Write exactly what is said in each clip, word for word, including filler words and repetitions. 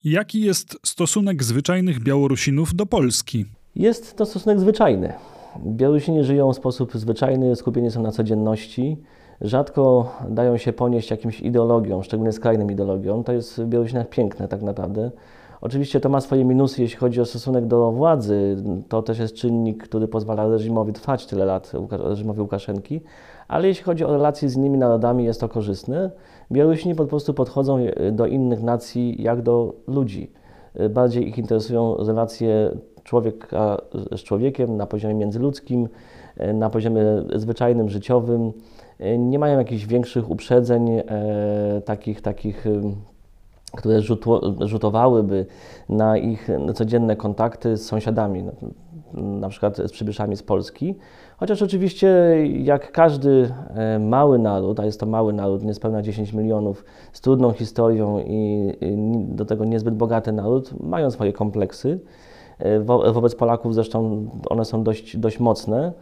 Jaki jest stosunek zwyczajnych Białorusinów do Polski? Jest to stosunek zwyczajny. Białorusini żyją w sposób zwyczajny, skupieni są na codzienności. Rzadko dają się ponieść jakimś ideologiom, szczególnie skrajnym ideologiom. To jest w Białorusinach piękne tak naprawdę. Oczywiście to ma swoje minusy, jeśli chodzi o stosunek do władzy. To też jest czynnik, który pozwala reżimowi trwać tyle lat, reżimowi Łukaszenki. Ale jeśli chodzi o relacje z innymi narodami, jest to korzystne. Białorusini po prostu podchodzą do innych nacji jak do ludzi. Bardziej ich interesują relacje człowieka z człowiekiem na poziomie międzyludzkim, na poziomie zwyczajnym, życiowym. Nie mają jakichś większych uprzedzeń, e, takich, takich, które rzutu, rzutowałyby na ich codzienne kontakty z sąsiadami, na, na przykład z przybyszami z Polski. Chociaż oczywiście jak każdy mały naród, a jest to mały naród, niespełna dziesięć milionów, z trudną historią i, i do tego niezbyt bogaty naród, mają swoje kompleksy. Wo, wobec Polaków zresztą one są dość, dość mocne.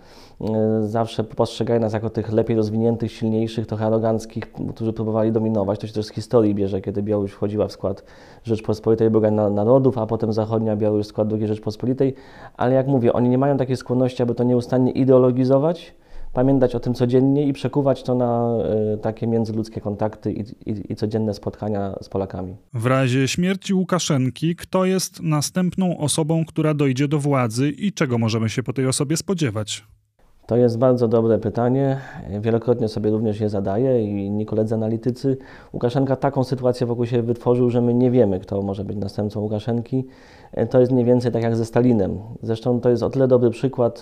Zawsze postrzegają nas jako tych lepiej rozwiniętych, silniejszych, trochę aroganckich, którzy próbowali dominować. To się też z historii bierze, kiedy Białoruś wchodziła w skład Rzeczpospolitej Boga Narodów, a potem zachodnia Białoruś w skład drugiej Rzeczpospolitej. Ale jak mówię, oni nie mają takiej skłonności, aby to nieustannie ideologizować, pamiętać o tym codziennie i przekuwać to na y, takie międzyludzkie kontakty i, i, i codzienne spotkania z Polakami. W razie śmierci Łukaszenki, kto jest następną osobą, która dojdzie do władzy i czego możemy się po tej osobie spodziewać? To jest bardzo dobre pytanie. Wielokrotnie sobie również je zadaję i inni koledzy analitycy. Łukaszenka taką sytuację wokół siebie wytworzył, że my nie wiemy, kto może być następcą Łukaszenki. To jest mniej więcej tak jak ze Stalinem. Zresztą to jest o tyle dobry przykład,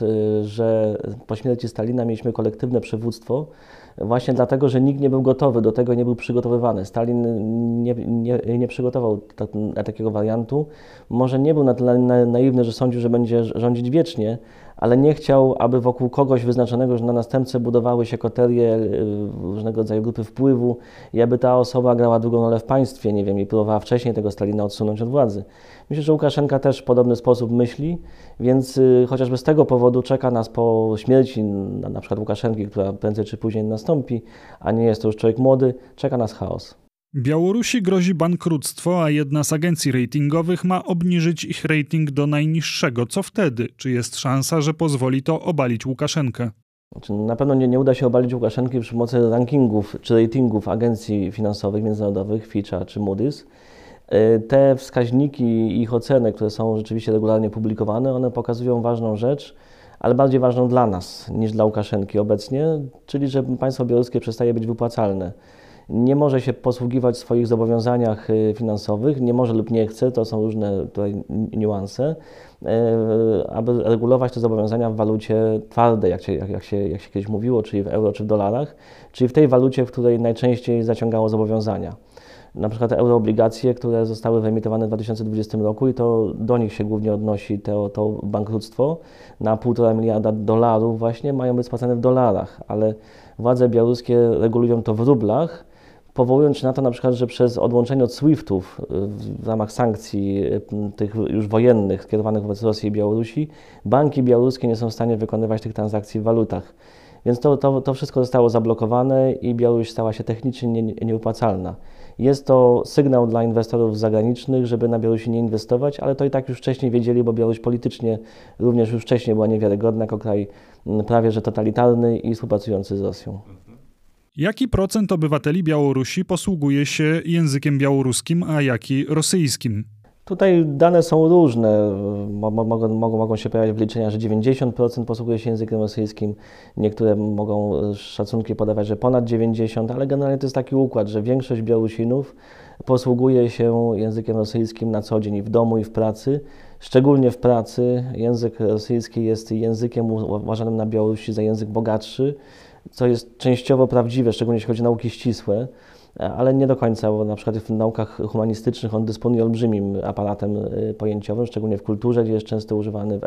że po śmierci Stalina mieliśmy kolektywne przywództwo, właśnie dlatego, że nikt nie był gotowy do tego, nie był przygotowywany. Stalin nie, nie, nie przygotował ta, takiego wariantu. Może nie był na tyle naiwny, że sądził, że będzie rządzić wiecznie, ale nie chciał, aby wokół kogoś wyznaczonego, że na następcę budowały się koterie, różnego rodzaju grupy wpływu i aby ta osoba grała drugą rolę w państwie, nie wiem, i próbowała wcześniej tego Stalina odsunąć od władzy. Myślę, że Łukaszenka też w podobny sposób myśli, więc y, chociażby z tego powodu czeka nas po śmierci na, na przykład Łukaszenki, która prędzej czy później nastąpi, a nie jest to już człowiek młody, czeka nas chaos. Białorusi grozi bankructwo, a jedna z agencji ratingowych ma obniżyć ich rating do najniższego. Co wtedy? Czy jest szansa, że pozwoli to obalić Łukaszenkę? Na pewno nie, nie uda się obalić Łukaszenki przy pomocy rankingów czy ratingów agencji finansowych międzynarodowych, Fitcha czy Moody's. Te wskaźniki i ich oceny, które są rzeczywiście regularnie publikowane, one pokazują ważną rzecz, ale bardziej ważną dla nas niż dla Łukaszenki obecnie, czyli że państwo białoruskie przestaje być wypłacalne. Nie może się posługiwać w swoich zobowiązaniach finansowych, nie może lub nie chce, to są różne tutaj niuanse, aby regulować te zobowiązania w walucie twardej, jak się, jak, jak, się, jak się kiedyś mówiło, czyli w euro czy w dolarach, czyli w tej walucie, w której najczęściej zaciągało zobowiązania. Na przykład te euroobligacje, które zostały wyemitowane w dwa tysiące dwudziestym roku i to do nich się głównie odnosi to, to bankructwo, na półtora miliarda dolarów właśnie mają być spłacane w dolarach, ale władze białoruskie regulują to w rublach, powołując się na to na przykład, że przez odłączenie od swiftów w ramach sankcji tych już wojennych skierowanych wobec Rosji i Białorusi, banki białoruskie nie są w stanie wykonywać tych transakcji w walutach. Więc to, to, to wszystko zostało zablokowane i Białoruś stała się technicznie nie, niewypłacalna. Jest to sygnał dla inwestorów zagranicznych, żeby na Białorusi nie inwestować, ale to i tak już wcześniej wiedzieli, bo Białoruś politycznie również już wcześniej była niewiarygodna jako kraj prawie że totalitarny i współpracujący z Rosją. Jaki procent obywateli Białorusi posługuje się językiem białoruskim, a jaki rosyjskim? Tutaj dane są różne, mogą, mogą, mogą się pojawiać wliczenia, że dziewięćdziesiąt procent posługuje się językiem rosyjskim, niektóre mogą szacunki podawać, że ponad dziewięćdziesiąt procent, ale generalnie to jest taki układ, że większość Białorusinów posługuje się językiem rosyjskim na co dzień i w domu i w pracy. Szczególnie w pracy język rosyjski jest językiem uważanym na Białorusi za język bogatszy, co jest częściowo prawdziwe, szczególnie jeśli chodzi o nauki ścisłe, ale nie do końca, bo na przykład w naukach humanistycznych on dysponuje olbrzymim aparatem pojęciowym, szczególnie w kulturze, gdzie jest często używany w,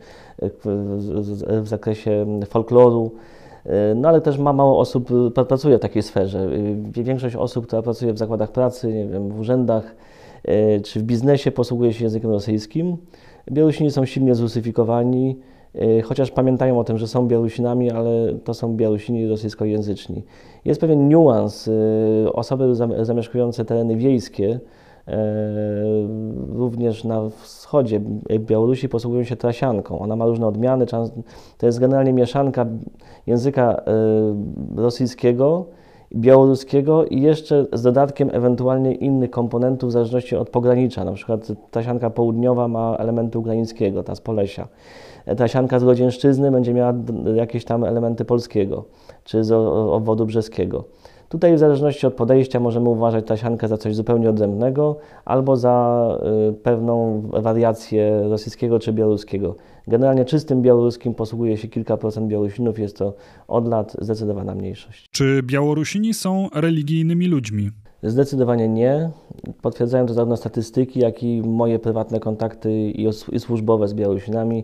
w, w zakresie folkloru. No ale też ma mało osób pracuje w takiej sferze. Większość osób, która pracuje w zakładach pracy, nie wiem, w urzędach czy w biznesie posługuje się językiem rosyjskim. Białorusini są silnie zrusyfikowani, chociaż pamiętają o tym, że są Białorusinami, ale to są Białorusini rosyjskojęzyczni. Jest pewien niuans. Osoby zamieszkujące tereny wiejskie Również na wschodzie Białorusi posługują się trasianką. Ona ma różne odmiany. To jest generalnie mieszanka języka rosyjskiego, białoruskiego i jeszcze z dodatkiem ewentualnie innych komponentów w zależności od pogranicza. Na przykład trasianka południowa ma elementy ukraińskiego, ta z Polesia. Trasianka z Grodzieńszczyzny będzie miała jakieś tam elementy polskiego, czy z obwodu brzeskiego. Tutaj w zależności od podejścia możemy uważać trasiankę za coś zupełnie odrębnego albo za y, pewną wariację rosyjskiego czy białoruskiego. Generalnie czystym białoruskim posługuje się kilka procent Białorusinów, jest to od lat zdecydowana mniejszość. Czy Białorusini są religijnymi ludźmi? Zdecydowanie nie. Potwierdzają to zarówno statystyki, jak i moje prywatne kontakty i, i służbowe z Białorusinami.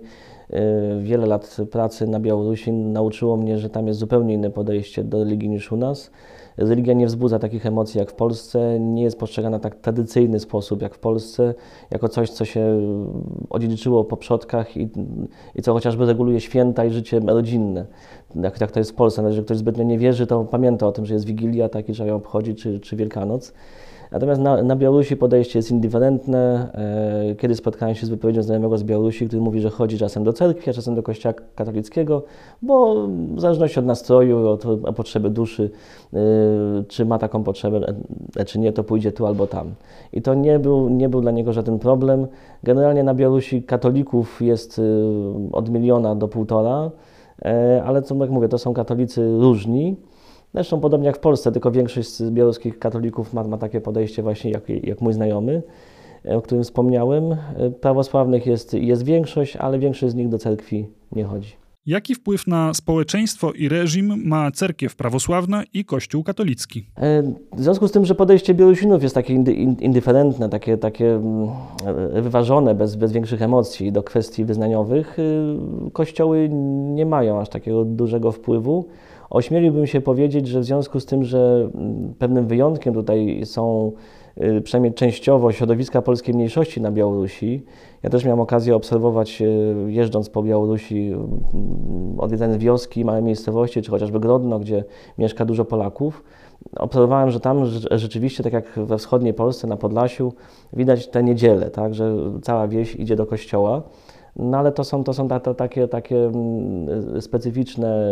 Wiele lat pracy na Białorusi nauczyło mnie, że tam jest zupełnie inne podejście do religii niż u nas. Religia nie wzbudza takich emocji jak w Polsce, nie jest postrzegana tak tradycyjny sposób jak w Polsce, jako coś, co się odziedziczyło po przodkach i, i co chociażby reguluje święta i życie rodzinne. Jak, jak to jest w Polsce, nawet jeżeli ktoś zbytnio nie wierzy, to pamięta o tym, że jest Wigilia, tak, i trzeba ją obchodzić, czy, czy Wielkanoc. Natomiast na, na Białorusi podejście jest indyferentne. E, kiedy spotkałem się z wypowiedzią znajomego z Białorusi, który mówi, że chodzi czasem do cerkwi, a czasem do kościoła katolickiego, bo w zależności od nastroju, od, od potrzeby duszy, e, czy ma taką potrzebę, e, czy nie, to pójdzie tu albo tam. I to nie był, nie był dla niego żaden problem. Generalnie na Białorusi katolików jest e, od miliona do półtora, e, ale co jak mówię, to są katolicy różni. Zresztą podobnie jak w Polsce, tylko większość z białoruskich katolików ma, ma takie podejście właśnie jak, jak mój znajomy, o którym wspomniałem. Prawosławnych jest, jest większość, ale większość z nich do cerkwi nie chodzi. Jaki wpływ na społeczeństwo i reżim ma cerkiew prawosławna i Kościół katolicki? W związku z tym, że podejście Białorusinów jest takie indy, indyferentne, takie, takie wyważone, bez, bez większych emocji do kwestii wyznaniowych, kościoły nie mają aż takiego dużego wpływu. Ośmieliłbym się powiedzieć, że w związku z tym, że pewnym wyjątkiem tutaj są przynajmniej częściowo środowiska polskiej mniejszości na Białorusi. Ja też miałem okazję obserwować, jeżdżąc po Białorusi, odwiedzając wioski, małe miejscowości, czy chociażby Grodno, gdzie mieszka dużo Polaków. Obserwowałem, że tam rzeczywiście, tak jak we wschodniej Polsce, na Podlasiu, widać te niedziele, tak, że cała wieś idzie do kościoła. No ale to są, to są ta, to takie, takie specyficzne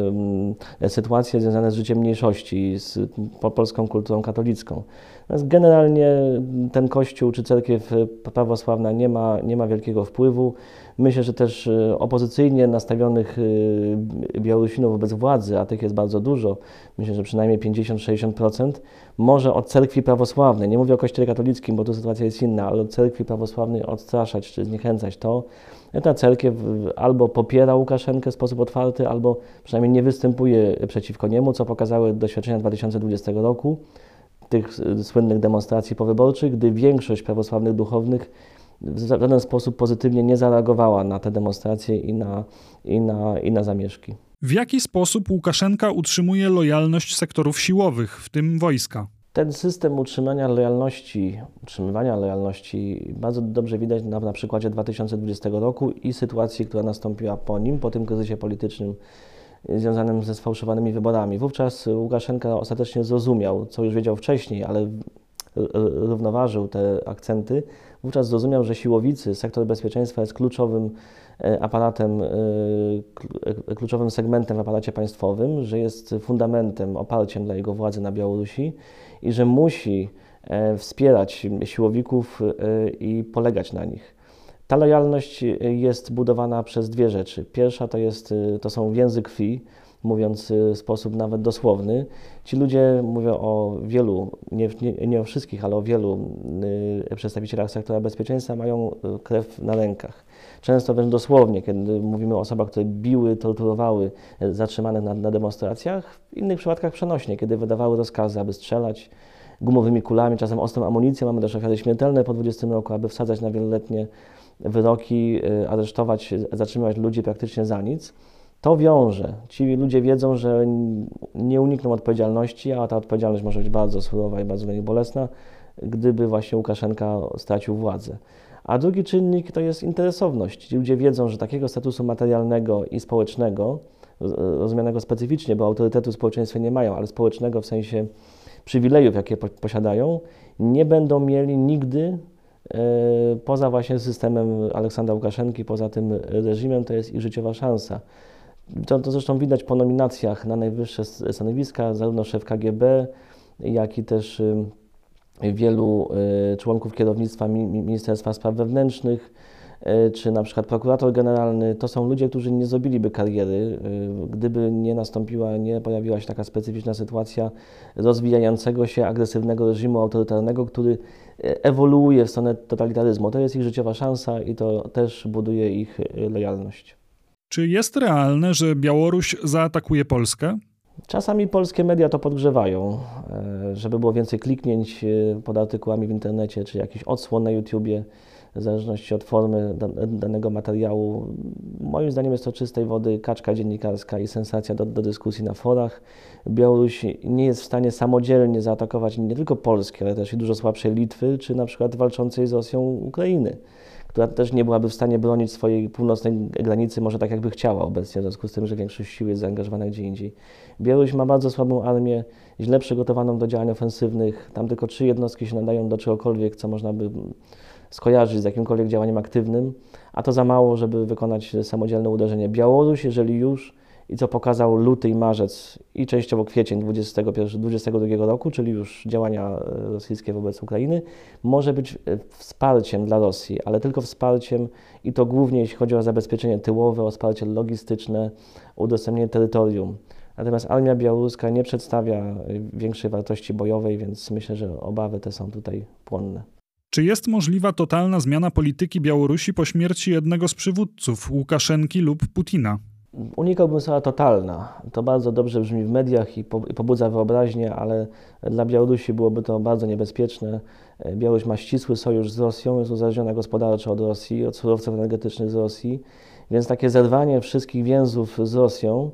sytuacje związane z życiem mniejszości, z polską kulturą katolicką. Natomiast generalnie ten kościół czy cerkiew prawosławna nie ma, nie ma wielkiego wpływu. Myślę, że też opozycyjnie nastawionych Białorusinów wobec władzy, a tych jest bardzo dużo, myślę, że przynajmniej pięćdziesiąt do sześćdziesięciu procent, może od cerkwi prawosławnej, nie mówię o kościele katolickim, bo tu sytuacja jest inna, ale od cerkwi prawosławnej odstraszać czy zniechęcać to. Ta cerkiew albo popiera Łukaszenkę w sposób otwarty, albo przynajmniej nie występuje przeciwko niemu, co pokazały doświadczenia dwa tysiące dwudziestego roku, tych słynnych demonstracji powyborczych, gdy większość prawosławnych duchownych w żaden sposób pozytywnie nie zareagowała na te demonstracje i na, i na, i na zamieszki. W jaki sposób Łukaszenka utrzymuje lojalność sektorów siłowych, w tym wojska? Ten system utrzymania lojalności, utrzymywania lojalności bardzo dobrze widać na, na przykładzie dwa tysiące dwudziestego roku i sytuacji, która nastąpiła po nim, po tym kryzysie politycznym związanym ze sfałszowanymi wyborami. Wówczas Łukaszenka ostatecznie zrozumiał, co już wiedział wcześniej, ale równoważył te akcenty. Wówczas zrozumiał, że siłowicy, sektor bezpieczeństwa jest kluczowym aparatem, kluczowym segmentem w aparacie państwowym, że jest fundamentem, oparciem dla jego władzy na Białorusi i że musi wspierać siłowików i polegać na nich. Ta lojalność jest budowana przez dwie rzeczy. Pierwsza to, jest, to są więzy krwi, mówiąc w sposób nawet dosłowny. Ci ludzie, mówię o wielu, nie, nie, nie o wszystkich, ale o wielu y, przedstawicielach sektora bezpieczeństwa, mają krew na rękach. Często wręcz dosłownie, kiedy mówimy o osobach, które biły, torturowały zatrzymanych na, na demonstracjach, w innych przypadkach przenośnie, kiedy wydawały rozkazy, aby strzelać gumowymi kulami, czasem ostrą amunicją. Mamy też ofiary śmiertelne po dwudziestym roku, aby wsadzać na wieloletnie wyroki, y, aresztować, zatrzymywać ludzi praktycznie za nic. To wiąże. Ci ludzie wiedzą, że nie unikną odpowiedzialności, a ta odpowiedzialność może być bardzo surowa i bardzo dla nich bolesna, gdyby właśnie Łukaszenka stracił władzę. A drugi czynnik to jest interesowność. Ci ludzie wiedzą, że takiego statusu materialnego i społecznego, rozumianego specyficznie, bo autorytetu w społeczeństwie nie mają, ale społecznego w sensie przywilejów, jakie po, posiadają, nie będą mieli nigdy e, poza właśnie systemem Aleksandra Łukaszenki, poza tym reżimem, to jest ich życiowa szansa. To, to zresztą widać po nominacjach na najwyższe stanowiska, zarówno szef K G B, jak i też y, wielu y, członków kierownictwa mi, Ministerstwa Spraw Wewnętrznych, y, czy na przykład prokurator generalny. To są ludzie, którzy nie zrobiliby kariery, y, gdyby nie nastąpiła, nie pojawiła się taka specyficzna sytuacja rozwijającego się agresywnego reżimu autorytarnego, który ewoluuje w stronę totalitaryzmu. To jest ich życiowa szansa i to też buduje ich lojalność. Czy jest realne, że Białoruś zaatakuje Polskę? Czasami polskie media to podgrzewają, żeby było więcej kliknięć pod artykułami w internecie, czy jakiś odsłon na YouTubie, w zależności od formy danego materiału. Moim zdaniem jest to czystej wody kaczka dziennikarska i sensacja do, do dyskusji na forach. Białoruś nie jest w stanie samodzielnie zaatakować nie tylko Polski, ale też i dużo słabszej Litwy, czy na przykład walczącej z Rosją Ukrainy, która też nie byłaby w stanie bronić swojej północnej granicy, może tak jakby chciała obecnie, w związku z tym, że większość sił jest zaangażowana gdzie indziej. Białoruś ma bardzo słabą armię, źle przygotowaną do działań ofensywnych. Tam tylko trzy jednostki się nadają do czegokolwiek, co można by skojarzyć z jakimkolwiek działaniem aktywnym, a to za mało, żeby wykonać samodzielne uderzenie. Białoruś, jeżeli już, i co pokazał luty i marzec i częściowo kwiecień dwudziestego pierwszego, dwudziestego drugiego roku, czyli już działania rosyjskie wobec Ukrainy, może być wsparciem dla Rosji, ale tylko wsparciem i to głównie jeśli chodzi o zabezpieczenie tyłowe, o wsparcie logistyczne, udostępnienie terytorium. Natomiast armia białoruska nie przedstawia większej wartości bojowej, więc myślę, że obawy te są tutaj płonne. Czy jest możliwa totalna zmiana polityki Białorusi po śmierci jednego z przywódców, Łukaszenki lub Putina? Unikałbym słowa totalna. To bardzo dobrze brzmi w mediach i pobudza wyobraźnię, ale dla Białorusi byłoby to bardzo niebezpieczne. Białoruś ma ścisły sojusz z Rosją, jest uzależniona gospodarczo od Rosji, od surowców energetycznych z Rosji, więc takie zerwanie wszystkich więzów z Rosją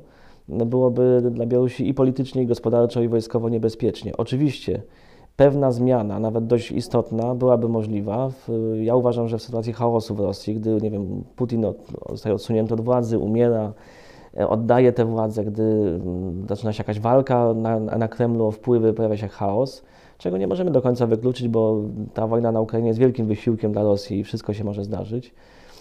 byłoby dla Białorusi i politycznie, i gospodarczo, i wojskowo niebezpiecznie. Oczywiście pewna zmiana, nawet dość istotna, byłaby możliwa. Ja uważam, że w sytuacji chaosu w Rosji, gdy, nie wiem, Putin zostaje odsunięty od władzy, umiera, oddaje tę władzę, gdy zaczyna się jakaś walka na, na Kremlu o wpływy, pojawia się chaos, czego nie możemy do końca wykluczyć, bo ta wojna na Ukrainie jest wielkim wysiłkiem dla Rosji i wszystko się może zdarzyć,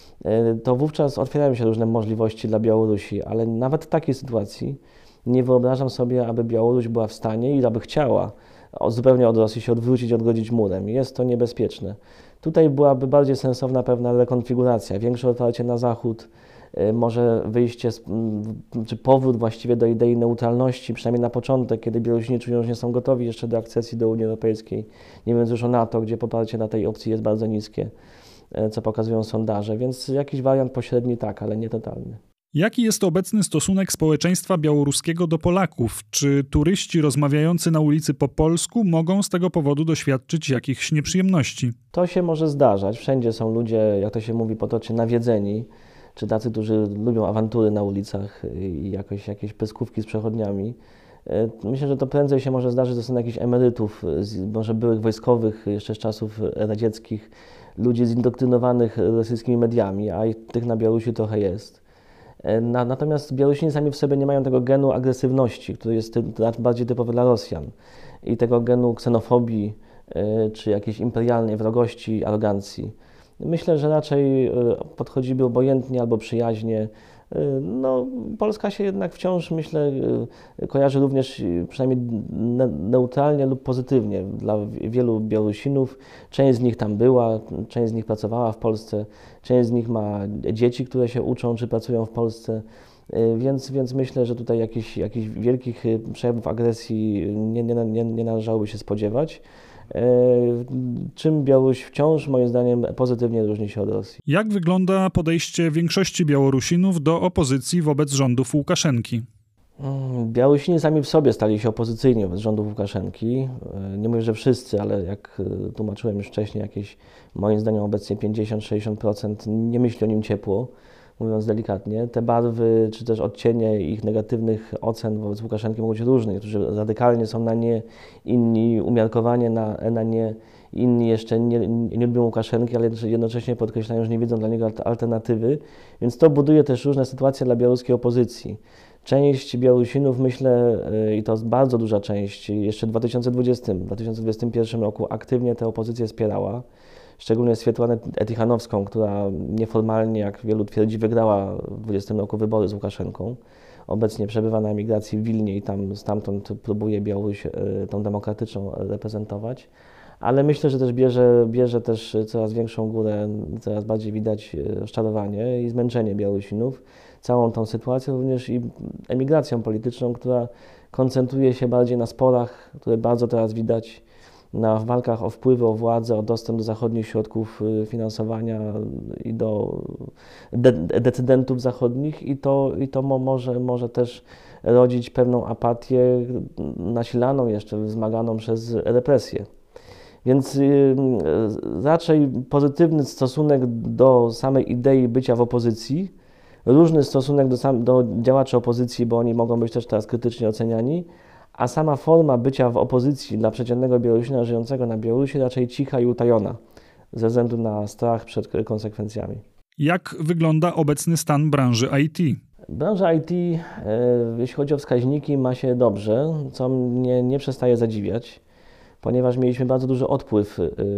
to wówczas otwierają się różne możliwości dla Białorusi, ale nawet w takiej sytuacji nie wyobrażam sobie, aby Białoruś była w stanie i aby chciała zupełnie od Rosji się odwrócić, odgrodzić murem. Jest to niebezpieczne. Tutaj byłaby bardziej sensowna pewna rekonfiguracja, większe otwarcie na Zachód, może wyjście, czy powrót właściwie do idei neutralności, przynajmniej na początek, kiedy Białorusini czują, że nie są gotowi jeszcze do akcesji do Unii Europejskiej, nie mówiąc już o NATO, gdzie poparcie na tej opcji jest bardzo niskie, co pokazują sondaże, więc jakiś wariant pośredni tak, ale nie totalny. Jaki jest obecny stosunek społeczeństwa białoruskiego do Polaków? Czy turyści rozmawiający na ulicy po polsku mogą z tego powodu doświadczyć jakichś nieprzyjemności? To się może zdarzać. Wszędzie są ludzie, jak to się mówi potocznie, nawiedzeni, czy tacy, którzy lubią awantury na ulicach i jakoś, jakieś pyskówki z przechodniami. Myślę, że to prędzej się może zdarzyć ze strony jakichś emerytów, może byłych wojskowych jeszcze z czasów radzieckich, ludzi zindoktrynowanych rosyjskimi mediami, a tych na Białorusi trochę jest. Natomiast Białorusini sami w sobie nie mają tego genu agresywności, który jest bardziej typowy dla Rosjan, i tego genu ksenofobii czy jakiejś imperialnej wrogości, arogancji. Myślę, że raczej podchodziby obojętnie albo przyjaźnie. No, Polska się jednak wciąż, myślę, kojarzy również przynajmniej neutralnie lub pozytywnie dla wielu Białorusinów. Część z nich tam była, część z nich pracowała w Polsce, część z nich ma dzieci, które się uczą czy pracują w Polsce. Więc, więc myślę, że tutaj jakichś, jakichś wielkich przejawów agresji nie, nie, nie, nie należałoby się spodziewać. Czym Białoruś wciąż, moim zdaniem, pozytywnie różni się od Rosji. Jak wygląda podejście większości Białorusinów do opozycji wobec rządów Łukaszenki? Białorusini sami w sobie stali się opozycyjni wobec rządów Łukaszenki. Nie mówię, że wszyscy, ale jak tłumaczyłem już wcześniej, jakieś, moim zdaniem, obecnie pięćdziesiąt do sześćdziesięciu procent nie myśli o nim ciepło, mówiąc delikatnie. Te barwy, czy też odcienie ich negatywnych ocen wobec Łukaszenki mogą być różne. Niektórzy radykalnie są na nie, inni umiarkowanie na, na nie, inni jeszcze nie, nie lubią Łukaszenki, ale jednocześnie podkreślają, że nie widzą dla niego alternatywy. Więc to buduje też różne sytuacje dla białoruskiej opozycji. Część Białorusinów, myślę, i to bardzo duża część, jeszcze w dwa tysiące dwudziestym, dwa tysiące dwudziestym pierwszym roku aktywnie tę opozycję wspierała. Szczególnie Swiatłanę Etichanowską, która nieformalnie, jak wielu twierdzi, wygrała w dwudziestym roku wybory z Łukaszenką. Obecnie przebywa na emigracji w Wilnie i tam stamtąd próbuje Białoruś tą demokratyczną reprezentować. Ale myślę, że też bierze, bierze też coraz większą górę, coraz bardziej widać rozczarowanie i zmęczenie Białorusinów całą tą sytuacją, również i emigracją polityczną, która koncentruje się bardziej na sporach, które bardzo teraz widać, na walkach o wpływy, o władzę, o dostęp do zachodnich środków finansowania i do de decydentów zachodnich i to, i to mo może, może też rodzić pewną apatię nasilaną jeszcze, wzmaganą przez represję. Więc y, raczej pozytywny stosunek do samej idei bycia w opozycji, różny stosunek do, sam, do działaczy opozycji, bo oni mogą być też teraz krytycznie oceniani, a sama forma bycia w opozycji dla przeciętnego Białorusina żyjącego na Białorusi raczej cicha i utajona, ze względu na strach przed konsekwencjami. Jak wygląda obecny stan branży I T? Branża I T, e, jeśli chodzi o wskaźniki, ma się dobrze, co mnie nie przestaje zadziwiać, ponieważ mieliśmy bardzo duży odpływ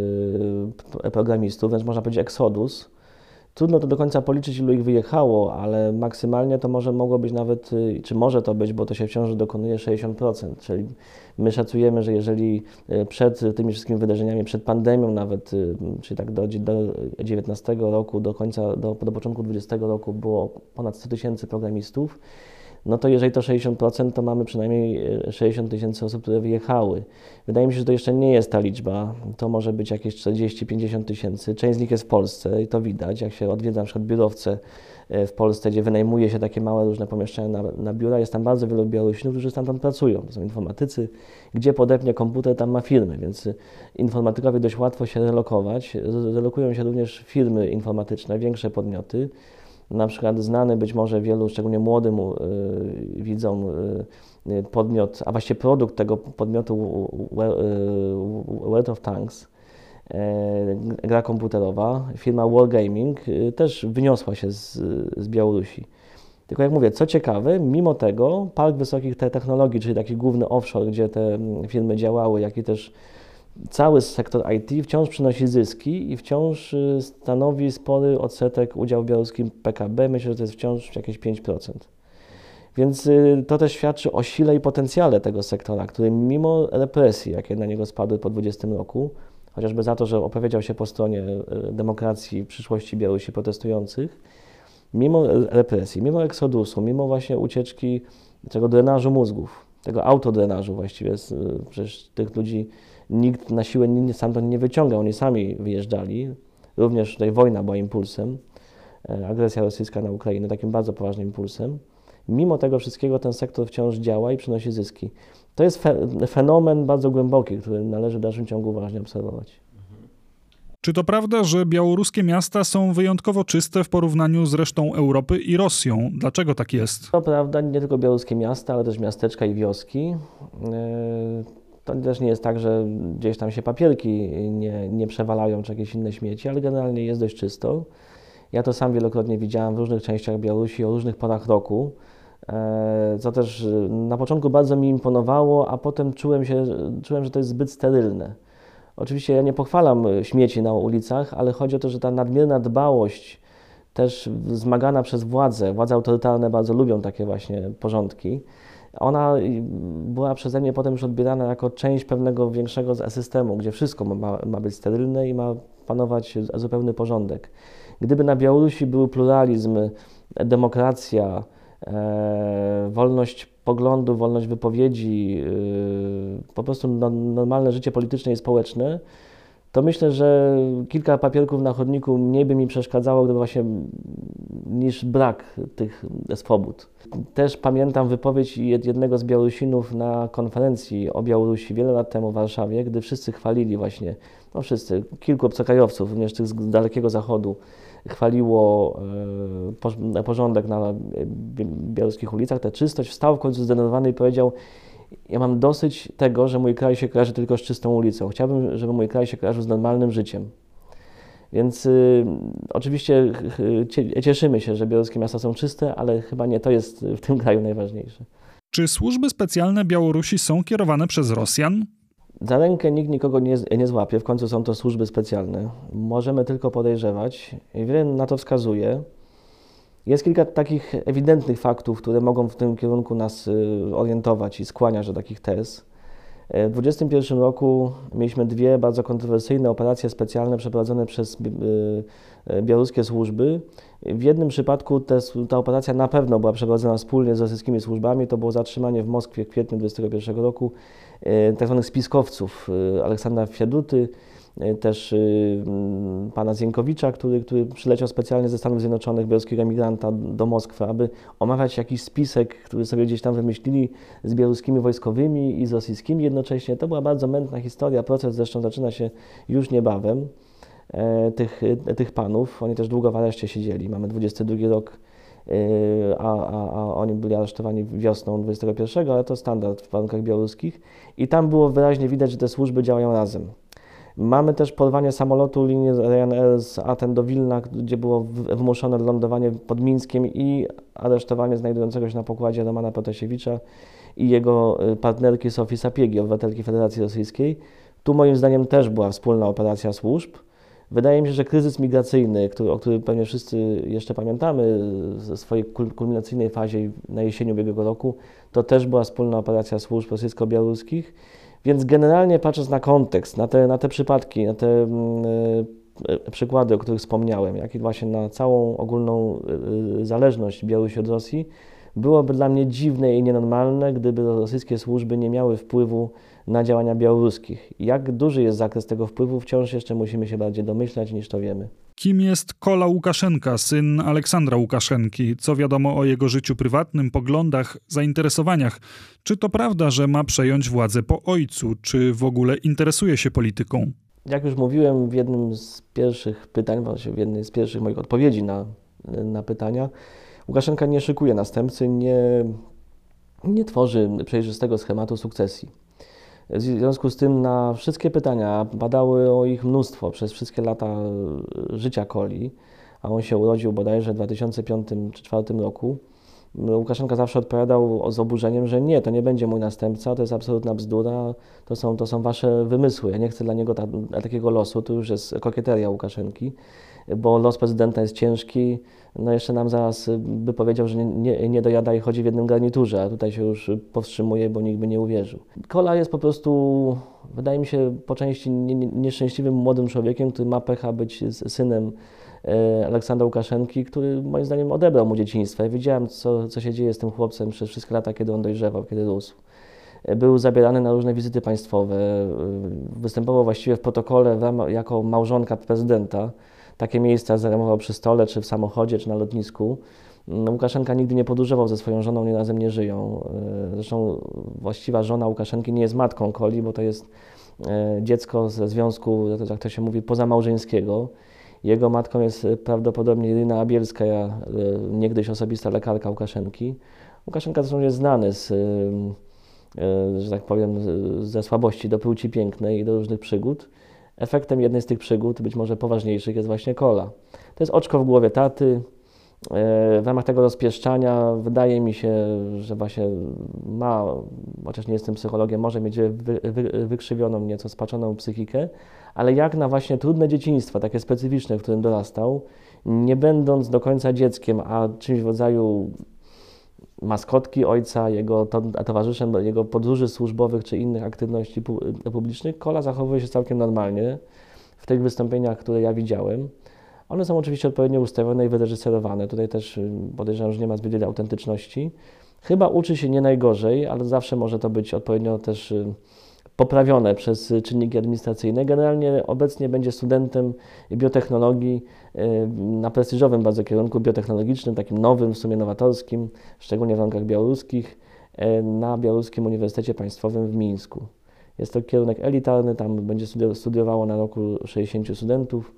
y, programistów, więc można powiedzieć exodus. Trudno to do końca policzyć, ilu ich wyjechało, ale maksymalnie to może mogło być nawet, czy może to być, bo to się wciąż dokonuje sześćdziesiąt procent, czyli my szacujemy, że jeżeli przed tymi wszystkimi wydarzeniami, przed pandemią nawet, czyli tak do, do dziewiętnastego roku, do końca, do, do początku dwudziestego roku było ponad sto tysięcy programistów, no to jeżeli to sześćdziesiąt procent, to mamy przynajmniej sześćdziesiąt tysięcy osób, które wyjechały. Wydaje mi się, że to jeszcze nie jest ta liczba, to może być jakieś czterdzieści pięćdziesiąt tysięcy. Część z nich jest w Polsce i to widać, jak się odwiedza na przykład biurowce w Polsce, gdzie wynajmuje się takie małe różne pomieszczenia na, na biura, jest tam bardzo wielu Białorusinów, którzy stamtąd pracują. To są informatycy, gdzie podepnie komputer, tam ma firmy, więc informatykowi dość łatwo się relokować. Relokują się również firmy informatyczne, większe podmioty. Na przykład znany być może wielu, szczególnie młodym y, widzom y, podmiot, a właściwie produkt tego podmiotu World of Tanks, y, gra komputerowa, firma Wargaming y, też wyniosła się z, z Białorusi. Tylko jak mówię, co ciekawe, mimo tego Park Wysokich Technologii, czyli taki główny offshore, gdzie te firmy działały, jak i też cały sektor I T wciąż przynosi zyski i wciąż stanowi spory odsetek udziału w białoruskim P K B. Myślę, że to jest wciąż jakieś pięć procent. Więc to też świadczy o sile i potencjale tego sektora, który mimo represji, jakie na niego spadły po dwudziestym roku, chociażby za to, że opowiedział się po stronie demokracji, przyszłości Białorusi protestujących, mimo represji, mimo eksodusu, mimo właśnie ucieczki tego drenażu mózgów, tego autodrenażu właściwie, przecież tych ludzi nikt na siłę stamtąd nie wyciągał, oni sami wyjeżdżali. Również tutaj wojna była impulsem, agresja rosyjska na Ukrainę takim bardzo poważnym impulsem. Mimo tego wszystkiego ten sektor wciąż działa i przynosi zyski. To jest fe fenomen bardzo głęboki, który należy w dalszym ciągu uważnie obserwować. Czy to prawda, że białoruskie miasta są wyjątkowo czyste w porównaniu z resztą Europy i Rosją? Dlaczego tak jest? To prawda, nie tylko białoruskie miasta, ale też miasteczka i wioski. To też nie jest tak, że gdzieś tam się papierki nie, nie przewalają czy jakieś inne śmieci, ale generalnie jest dość czysto. Ja to sam wielokrotnie widziałem w różnych częściach Białorusi o różnych porach roku, co też na początku bardzo mi imponowało, a potem czułem się, czułem, że to jest zbyt sterylne. Oczywiście ja nie pochwalam śmieci na ulicach, ale chodzi o to, że ta nadmierna dbałość, też wzmagana przez władze, władze autorytarne bardzo lubią takie właśnie porządki, ona była przeze mnie potem już odbierana jako część pewnego większego systemu, gdzie wszystko ma, ma być sterylne i ma panować zupełny porządek. Gdyby na Białorusi był pluralizm, demokracja, e, wolność poglądu, wolność wypowiedzi, e, po prostu no, normalne życie polityczne i społeczne, to myślę, że kilka papierków na chodniku mniej by mi przeszkadzało, gdyby właśnie niż brak tych swobód. Też pamiętam wypowiedź jednego z Białorusinów na konferencji o Białorusi wiele lat temu w Warszawie, gdy wszyscy chwalili właśnie, no wszyscy, kilku obcokrajowców, również tych z Dalekiego Zachodu, chwaliło e, porządek na białoruskich ulicach, tę czystość, wstał w końcu zdenerwowany i powiedział: ja mam dosyć tego, że mój kraj się kojarzy tylko z czystą ulicą. Chciałbym, żeby mój kraj się kojarzył z normalnym życiem. Więc y, oczywiście y, cieszymy się, że białoruskie miasta są czyste, ale chyba nie to jest w tym kraju najważniejsze. Czy służby specjalne Białorusi są kierowane przez Rosjan? Za rękę nikt nikogo nie, nie złapie, w końcu są to służby specjalne. Możemy tylko podejrzewać i wiele na to wskazuje. Jest kilka takich ewidentnych faktów, które mogą w tym kierunku nas orientować i skłaniać do takich tez. W dwudziestym pierwszym roku mieliśmy dwie bardzo kontrowersyjne operacje specjalne przeprowadzone przez białoruskie służby. W jednym przypadku te, ta operacja na pewno była przeprowadzona wspólnie z rosyjskimi służbami. To było zatrzymanie w Moskwie w kwietniu dwudziestego pierwszego roku tak zwanych spiskowców Aleksandra Fieduty, też pana Zienkowicza, który, który przyleciał specjalnie ze Stanów Zjednoczonych, białoruskiego emigranta do Moskwy, aby omawiać jakiś spisek, który sobie gdzieś tam wymyślili z białoruskimi wojskowymi i z rosyjskimi jednocześnie. To była bardzo mętna historia, proces zresztą zaczyna się już niebawem tych, tych panów. Oni też długo w areszcie siedzieli, mamy dwudziesty drugi rok, a, a, a oni byli aresztowani wiosną dwudziestego pierwszego, ale to standard w warunkach białoruskich i tam było wyraźnie widać, że te służby działają razem. Mamy też porwanie samolotu linii Ryanair z Aten do Wilna, gdzie było wymuszone lądowanie pod Mińskiem i aresztowanie znajdującego się na pokładzie Romana Protasiewicza i jego partnerki Sofii Sapiegi, obywatelki Federacji Rosyjskiej. Tu moim zdaniem też była wspólna operacja służb. Wydaje mi się, że kryzys migracyjny, który, o którym pewnie wszyscy jeszcze pamiętamy ze swojej kulminacyjnej fazie na jesieni ubiegłego roku, to też była wspólna operacja służb rosyjsko-białoruskich. Więc generalnie patrząc na kontekst, na te, na te przypadki, na te y, przykłady, o których wspomniałem, jak i właśnie na całą ogólną y, zależność Białorusi od Rosji, byłoby dla mnie dziwne i nienormalne, gdyby rosyjskie służby nie miały wpływu na działania białoruskich. Jak duży jest zakres tego wpływu, wciąż jeszcze musimy się bardziej domyślać, niż to wiemy. Kim jest Kola Łukaszenka, syn Aleksandra Łukaszenki? Co wiadomo o jego życiu prywatnym, poglądach, zainteresowaniach? Czy to prawda, że ma przejąć władzę po ojcu? Czy w ogóle interesuje się polityką? Jak już mówiłem w jednym z pierwszych pytań, właściwie w jednej z pierwszych moich odpowiedzi na, na pytania, Łukaszenka nie szykuje następcy, nie, nie tworzy przejrzystego schematu sukcesji. W związku z tym na wszystkie pytania, padały o ich mnóstwo przez wszystkie lata życia Koli, a on się urodził bodajże w dwa tysiące piątym czy dwa tysiące czwartym roku, Łukaszenka zawsze odpowiadał z oburzeniem, że nie, to nie będzie mój następca, to jest absolutna bzdura, to są, to są wasze wymysły, ja nie chcę dla niego ta, takiego losu, to już jest kokieteria Łukaszenki, bo los prezydenta jest ciężki, no jeszcze nam zaraz by powiedział, że nie, nie, nie dojada i chodzi w jednym garniturze, a tutaj się już powstrzymuje, bo nikt by nie uwierzył. Kola jest po prostu, wydaje mi się, po części nie, nie, nieszczęśliwym młodym człowiekiem, który ma pecha być synem Aleksandra Łukaszenki, który moim zdaniem odebrał mu dzieciństwo. Ja widziałem, co, co się dzieje z tym chłopcem przez wszystkie lata, kiedy on dojrzewał, kiedy rósł. Był zabierany na różne wizyty państwowe, występował właściwie w protokole jako małżonka prezydenta. Takie miejsca zajmował przy stole, czy w samochodzie, czy na lotnisku. Łukaszenka nigdy nie podróżował ze swoją żoną, nie razem nie żyją. Zresztą właściwa żona Łukaszenki nie jest matką Koli, bo to jest dziecko ze związku, jak to się mówi, pozamałżeńskiego. Jego matką jest prawdopodobnie Iryna Abielska, niegdyś osobista lekarka Łukaszenki. Łukaszenka zresztą jest znany z, że tak powiem, ze słabości do płci pięknej i do różnych przygód. Efektem jednej z tych przygód, być może poważniejszych, jest właśnie Kola. To jest oczko w głowie taty. W ramach tego rozpieszczania wydaje mi się, że właśnie ma, chociaż nie jestem psychologiem, może mieć wy, wy, wykrzywioną, nieco spaczoną psychikę, ale jak na właśnie trudne dzieciństwo, takie specyficzne, w którym dorastał, nie będąc do końca dzieckiem, a czymś w rodzaju maskotki ojca, jego to, towarzyszem jego podróży służbowych czy innych aktywności publicznych, Kola zachowuje się całkiem normalnie w tych wystąpieniach, które ja widziałem. One są oczywiście odpowiednio ustawione i wyreżyserowane. Tutaj też podejrzewam, że nie ma zbyt wiele autentyczności. Chyba uczy się nie najgorzej, ale zawsze może to być odpowiednio też poprawione przez czynniki administracyjne. Generalnie obecnie będzie studentem biotechnologii na prestiżowym bardzo kierunku biotechnologicznym, takim nowym, w sumie nowatorskim, szczególnie w warunkach białoruskich, na Białoruskim Uniwersytecie Państwowym w Mińsku. Jest to kierunek elitarny, tam będzie studiowało na roku sześćdziesięciu studentów.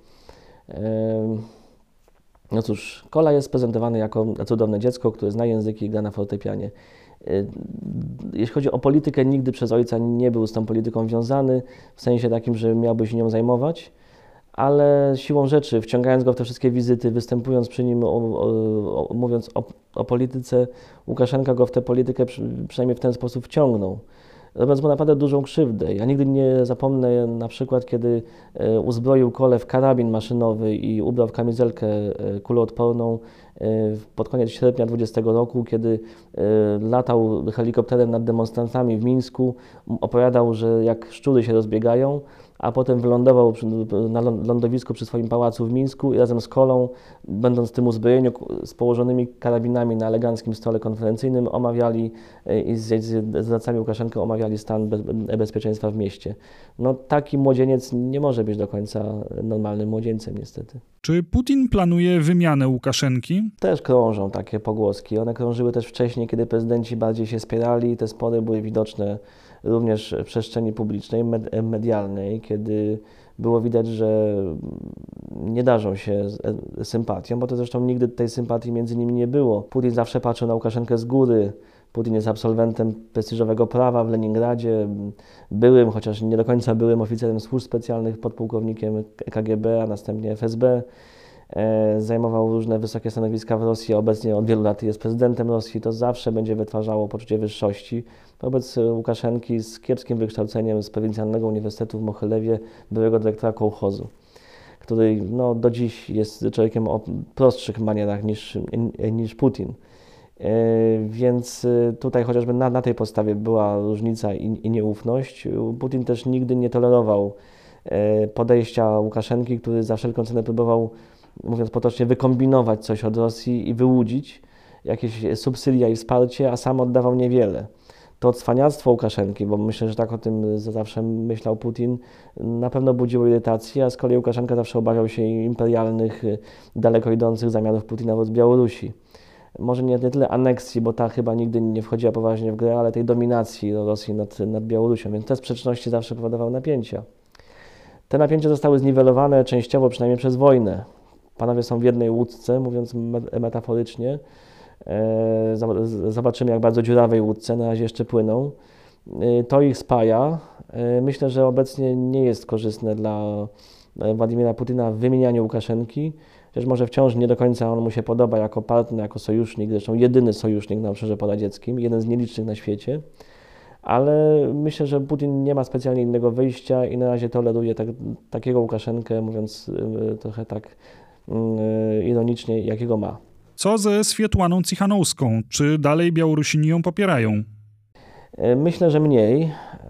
No cóż, Kola jest prezentowany jako cudowne dziecko, które zna języki i gra na fortepianie. Jeśli chodzi o politykę, nigdy przez ojca nie był z tą polityką wiązany, w sensie takim, że miałby się nią zajmować, ale siłą rzeczy, wciągając go w te wszystkie wizyty, występując przy nim, o, o, o, mówiąc o, o polityce, Łukaszenka go w tę politykę przy, przynajmniej w ten sposób wciągnął, robiąc mu naprawdę dużą krzywdę. Ja nigdy nie zapomnę na przykład, kiedy uzbroił Kole w karabin maszynowy i ubrał w kamizelkę kuloodporną pod koniec sierpnia dwudziestego roku, kiedy latał helikopterem nad demonstrantami w Mińsku, opowiadał, że jak szczury się rozbiegają, a potem wylądował na lądowisku przy swoim pałacu w Mińsku i razem z Kolą, będąc w tym uzbrojeniu z położonymi karabinami na eleganckim stole konferencyjnym, omawiali i z, z radcami Łukaszenko omawiali stan be, bezpieczeństwa w mieście. No taki młodzieniec nie może być do końca normalnym młodzieńcem niestety. Czy Putin planuje wymianę Łukaszenki? Też krążą takie pogłoski. One krążyły też wcześniej, kiedy prezydenci bardziej się spierali. Te spory były widoczne również w przestrzeni publicznej, medialnej, kiedy było widać, że nie darzą się sympatią, bo to zresztą nigdy tej sympatii między nimi nie było. Putin zawsze patrzył na Łukaszenkę z góry. Putin jest absolwentem prestiżowego prawa w Leningradzie, byłym, chociaż nie do końca byłym oficerem służb specjalnych, podpułkownikiem K G B, a następnie F S B. Zajmował różne wysokie stanowiska w Rosji, a obecnie od wielu lat jest prezydentem Rosji. To zawsze będzie wytwarzało poczucie wyższości. Wobec Łukaszenki z kiepskim wykształceniem z prowincjalnego uniwersytetu w Mohylewie, byłego dyrektora kołchozu, który no, do dziś jest człowiekiem o prostszych manierach niż, niż Putin. Więc tutaj chociażby na, na tej podstawie była różnica i, i nieufność. Putin też nigdy nie tolerował podejścia Łukaszenki, który za wszelką cenę próbował, mówiąc potocznie, wykombinować coś od Rosji i wyłudzić jakieś subsydia i wsparcie, a sam oddawał niewiele. To cwaniactwo Łukaszenki, bo myślę, że tak o tym zawsze myślał Putin, na pewno budziło irytację, a z kolei Łukaszenka zawsze obawiał się imperialnych, daleko idących zamiarów Putina wobec Białorusi. Może nie, nie tyle aneksji, bo ta chyba nigdy nie wchodziła poważnie w grę, ale tej dominacji Rosji nad, nad Białorusią, więc te sprzeczności zawsze powodowały napięcia. Te napięcia zostały zniwelowane częściowo przynajmniej przez wojnę. Panowie są w jednej łódce, mówiąc metaforycznie. Zobaczymy, jak bardzo dziurawej łódce, na razie jeszcze płyną. To ich spaja. Myślę, że obecnie nie jest korzystne dla Władimira Putina w wymienianiu Łukaszenki, chociaż może wciąż nie do końca on mu się podoba jako partner, jako sojusznik, zresztą jedyny sojusznik na obszarze poradzieckim, jeden z nielicznych na świecie. Ale myślę, że Putin nie ma specjalnie innego wyjścia i na razie toleruje tak, takiego Łukaszenkę, mówiąc trochę tak ironicznie, jakiego ma. Co ze Swiatłaną Cichanouszką? Czy dalej Białorusini ją popierają? Myślę, że mniej.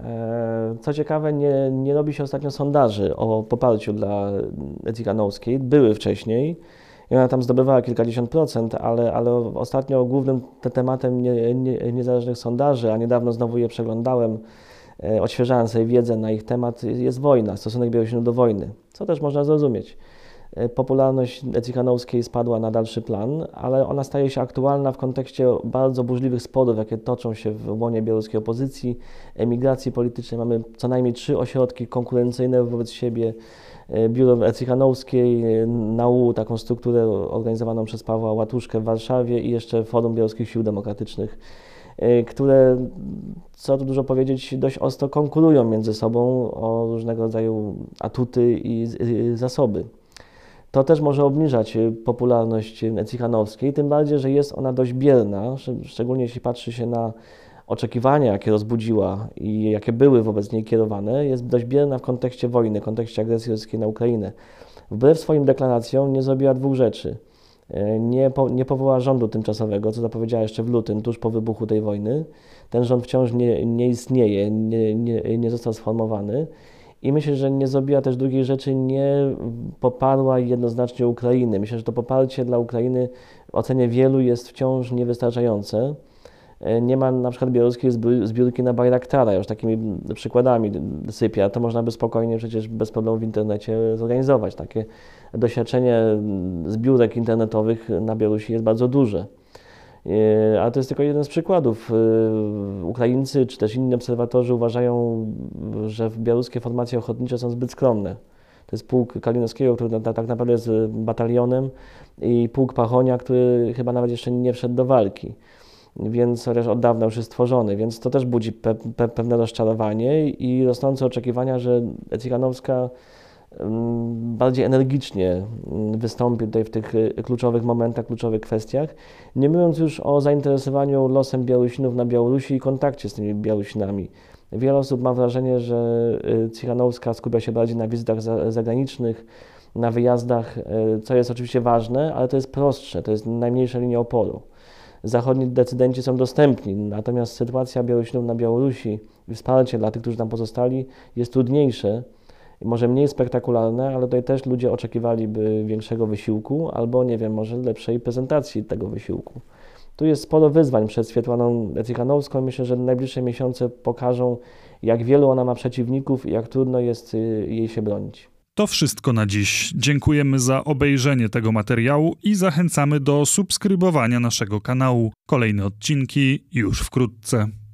Co ciekawe, nie, nie robi się ostatnio sondaży o poparciu dla Cichanouskiej. Były wcześniej i ona tam zdobywała kilkadziesiąt procent, ale, ale ostatnio głównym te tematem nie, nie, niezależnych sondaży, a niedawno znowu je przeglądałem, odświeżałem sobie wiedzę na ich temat, jest wojna, stosunek Białorusinów do wojny, co też można zrozumieć. Popularność Cichanouskiej spadła na dalszy plan, ale ona staje się aktualna w kontekście bardzo burzliwych sporów, jakie toczą się w łonie białoruskiej opozycji, emigracji politycznej. Mamy co najmniej trzy ośrodki konkurencyjne wobec siebie. Biuro Cichanouskiej, N A U, taką strukturę organizowaną przez Pawła Łatuszkę w Warszawie i jeszcze Forum Białoruskich Sił Demokratycznych, które, co tu dużo powiedzieć, dość ostro konkurują między sobą o różnego rodzaju atuty i zasoby. To też może obniżać popularność Cichanouskiej, tym bardziej, że jest ona dość bierna, szczególnie jeśli patrzy się na oczekiwania, jakie rozbudziła i jakie były wobec niej kierowane, jest dość bierna w kontekście wojny, w kontekście agresji rosyjskiej na Ukrainę. Wbrew swoim deklaracjom nie zrobiła dwóch rzeczy. Nie, po, nie powołała rządu tymczasowego, co zapowiedziała jeszcze w lutym, tuż po wybuchu tej wojny. Ten rząd wciąż nie, nie istnieje, nie, nie, nie został sformowany. I myślę, że nie zrobiła też drugiej rzeczy, nie poparła jednoznacznie Ukrainy. Myślę, że to poparcie dla Ukrainy w ocenie wielu jest wciąż niewystarczające. Nie ma na przykład białoruskiej zbiórki na Bajraktara, już takimi przykładami sypia. To można by spokojnie przecież bez problemu w internecie zorganizować. Takie doświadczenie zbiórek internetowych na Białorusi jest bardzo duże. Ale to jest tylko jeden z przykładów. Ukraińcy czy też inni obserwatorzy uważają, że białoruskie formacje ochotnicze są zbyt skromne. To jest pułk Kalinowskiego, który tak naprawdę jest batalionem, i pułk Pachonia, który chyba nawet jeszcze nie wszedł do walki, więc chociaż od dawna już jest stworzony, więc to też budzi pe pe pewne rozczarowanie i rosnące oczekiwania, że Cichanouska bardziej energicznie wystąpi tutaj w tych kluczowych momentach, kluczowych kwestiach. Nie mówiąc już o zainteresowaniu losem Białorusinów na Białorusi i kontakcie z tymi Białorusinami. Wiele osób ma wrażenie, że Cichanouska skupia się bardziej na wizytach zagranicznych, na wyjazdach, co jest oczywiście ważne, ale to jest prostsze, to jest najmniejsza linia oporu. Zachodni decydenci są dostępni, natomiast sytuacja Białorusinów na Białorusi i wsparcie dla tych, którzy tam pozostali, jest trudniejsze, może mniej spektakularne, ale tutaj też ludzie oczekiwaliby większego wysiłku albo, nie wiem, może lepszej prezentacji tego wysiłku. Tu jest sporo wyzwań przed Swiatłaną Cichanouską. Myślę, że najbliższe miesiące pokażą, jak wielu ona ma przeciwników i jak trudno jest jej się bronić. To wszystko na dziś. Dziękujemy za obejrzenie tego materiału i zachęcamy do subskrybowania naszego kanału. Kolejne odcinki już wkrótce.